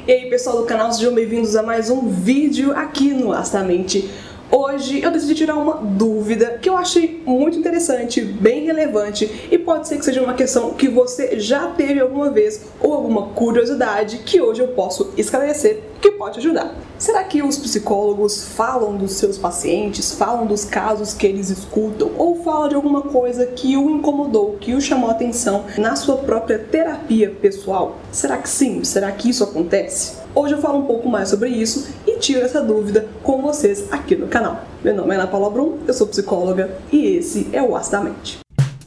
E aí pessoal do canal, sejam bem-vindos a mais um vídeo aqui no Astamente. Hoje eu decidi tirar uma dúvida que eu achei muito interessante, bem relevante, e pode ser que seja uma questão que você já teve alguma vez ou alguma curiosidade que hoje eu posso esclarecer, que pode ajudar. Será que os psicólogos falam dos seus pacientes, falam dos casos que eles escutam, ou falam de alguma coisa que o incomodou, que o chamou a atenção na sua própria terapia pessoal? Será que sim? Será que isso acontece? Hoje eu falo um pouco mais sobre isso e tiro essa dúvida com vocês aqui no canal. Meu nome é Ana Paula Brum, eu sou psicóloga e esse é o Astamente.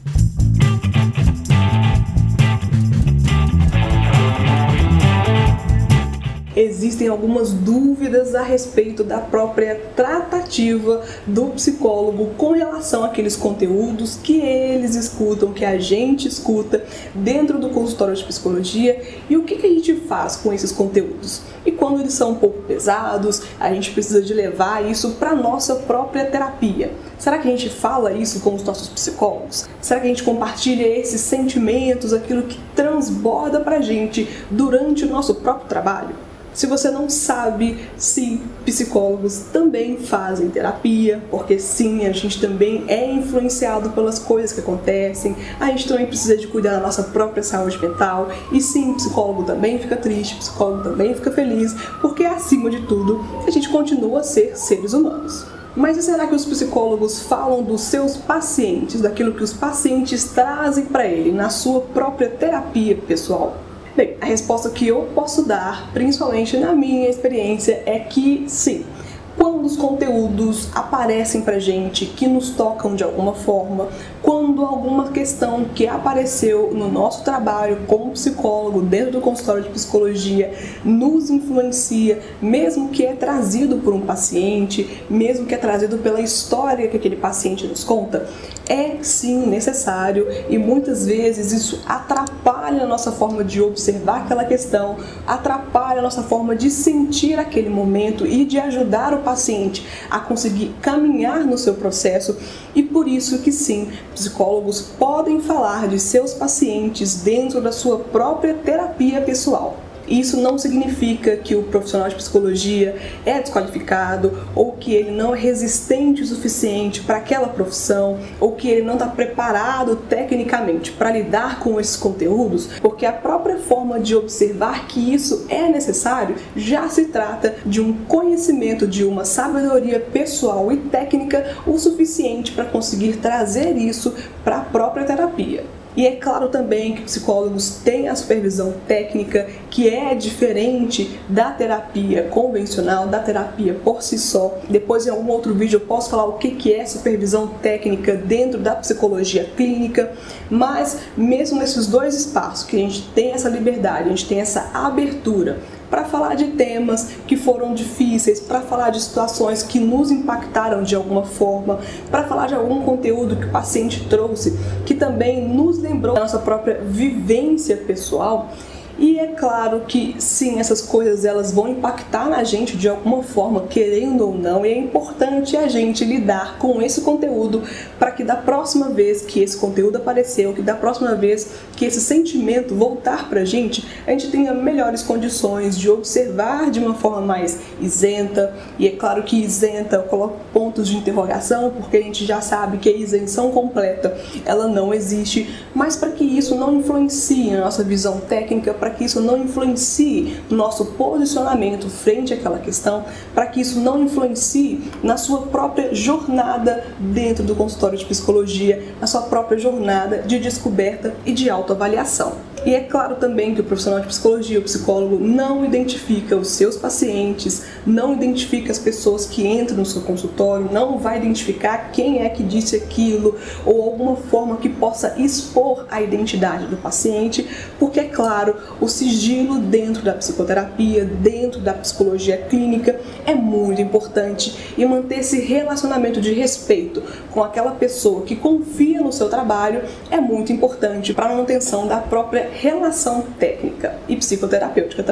Existem algumas dúvidas a respeito da própria tratativa do psicólogo com relação àqueles conteúdos que eles escutam, que a gente escuta dentro do consultório de psicologia e o que a gente faz com esses conteúdos. E quando eles são um pouco pesados, a gente precisa de levar isso para a nossa própria terapia. Será que a gente fala isso com os nossos psicólogos? Será que a gente compartilha esses sentimentos, aquilo que transborda para a gente durante o nosso próprio trabalho? Se você não sabe, sim, psicólogos também fazem terapia, porque sim, a gente também é influenciado pelas coisas que acontecem, a gente também precisa de cuidar da nossa própria saúde mental, e sim, psicólogo também fica triste, psicólogo também fica feliz, porque acima de tudo, a gente continua a ser seres humanos. Mas e será que os psicólogos falam dos seus pacientes, daquilo que os pacientes trazem para ele na sua própria terapia pessoal? Bem, a resposta que eu posso dar, principalmente na minha experiência, é que sim. Quando os conteúdos aparecem pra gente, que nos tocam de alguma forma, quando alguma questão que apareceu no nosso trabalho como psicólogo, dentro do consultório de psicologia, nos influencia, mesmo que é trazido por um paciente, mesmo que é trazido pela história que aquele paciente nos conta, é sim necessário e muitas vezes isso atrapalha a nossa forma de observar aquela questão, atrapalha a nossa forma de sentir aquele momento e de ajudar o paciente a conseguir caminhar no seu processo, e por isso que sim, psicólogos podem falar de seus pacientes dentro da sua própria terapia pessoal. Isso não significa que o profissional de psicologia é desqualificado, ou que ele não é resistente o suficiente para aquela profissão, ou que ele não está preparado tecnicamente para lidar com esses conteúdos, porque a própria forma de observar que isso é necessário já se trata de um conhecimento, de uma sabedoria pessoal e técnica o suficiente para conseguir trazer isso para a própria terapia. E é claro também que psicólogos têm a supervisão técnica, que é diferente da terapia convencional, da terapia por si só. Depois em algum outro vídeo eu posso falar o que é supervisão técnica dentro da psicologia clínica, mas mesmo nesses dois espaços que a gente tem essa liberdade, a gente tem essa abertura para falar de temas que foram difíceis, para falar de situações que nos impactaram de alguma forma, para falar de algum conteúdo que o paciente trouxe, que também nos lembrou da nossa própria vivência pessoal. E é claro que sim, essas coisas elas vão impactar na gente de alguma forma, querendo ou não, e é importante a gente lidar com esse conteúdo para que da próxima vez que esse conteúdo apareceu, que da próxima vez que esse sentimento voltar pra gente, a gente tenha melhores condições de observar de uma forma mais isenta. E é claro que isenta, eu coloco pontos de interrogação, porque a gente já sabe que a isenção completa, ela não existe, mas para que isso não influencie a nossa visão técnica, para que isso não influencie no nosso posicionamento frente àquela questão, para que isso não influencie na sua própria jornada dentro do consultório de psicologia, na sua própria jornada de descoberta e de autoavaliação. E é claro também que o profissional de psicologia, o psicólogo, não identifica os seus pacientes, não identifica as pessoas que entram no seu consultório, não vai identificar quem é que disse aquilo ou alguma forma que possa expor a identidade do paciente, porque é claro, o sigilo dentro da psicoterapia, dentro da psicologia clínica é muito importante, e manter esse relacionamento de respeito com aquela pessoa que confia no seu trabalho é muito importante para a manutenção da própria relação técnica e psicoterapêutica também.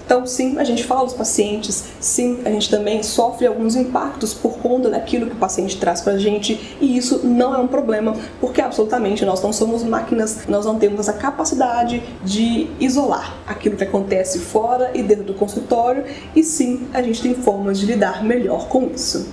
Então sim, a gente fala dos pacientes, sim, a gente também sofre alguns impactos por conta daquilo que o paciente traz pra gente, e isso não é um problema, porque absolutamente nós não somos máquinas, nós não temos essa capacidade de isolar aquilo que acontece fora e dentro do consultório, e sim, a gente tem formas de lidar melhor com isso.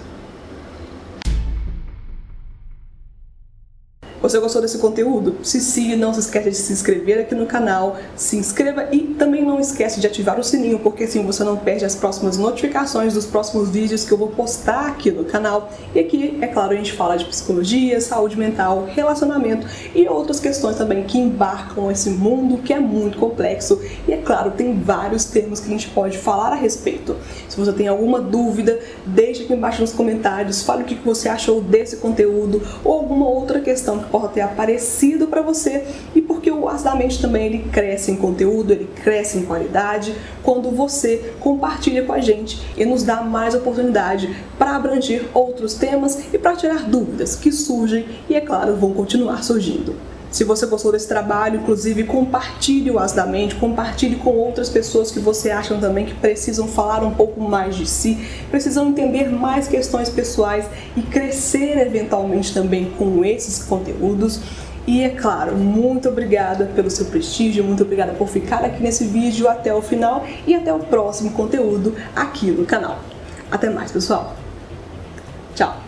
Você gostou desse conteúdo? Se sim, não se esqueça de se inscrever aqui no canal, se inscreva e também não esquece de ativar o sininho, porque assim você não perde as próximas notificações dos próximos vídeos que eu vou postar aqui no canal. E aqui, é claro, a gente fala de psicologia, saúde mental, relacionamento e outras questões também que embarcam esse mundo que é muito complexo. E é claro, tem vários termos que a gente pode falar a respeito. Se você tem alguma dúvida, deixe aqui embaixo nos comentários, fale o que você achou desse conteúdo ou alguma outra questão que possa ter aparecido para você, e porque o As da Mente também ele cresce em conteúdo, ele cresce em qualidade quando você compartilha com a gente e nos dá mais oportunidade para abranger outros temas e para tirar dúvidas que surgem e, é claro, vão continuar surgindo. Se você gostou desse trabalho, inclusive compartilhe o As da Mente, compartilhe com outras pessoas que você acha também que precisam falar um pouco mais de si, precisam entender mais questões pessoais e crescer eventualmente também com esses conteúdos. E é claro, muito obrigada pelo seu prestígio, muito obrigada por ficar aqui nesse vídeo até o final e até o próximo conteúdo aqui no canal. Até mais, pessoal. Tchau!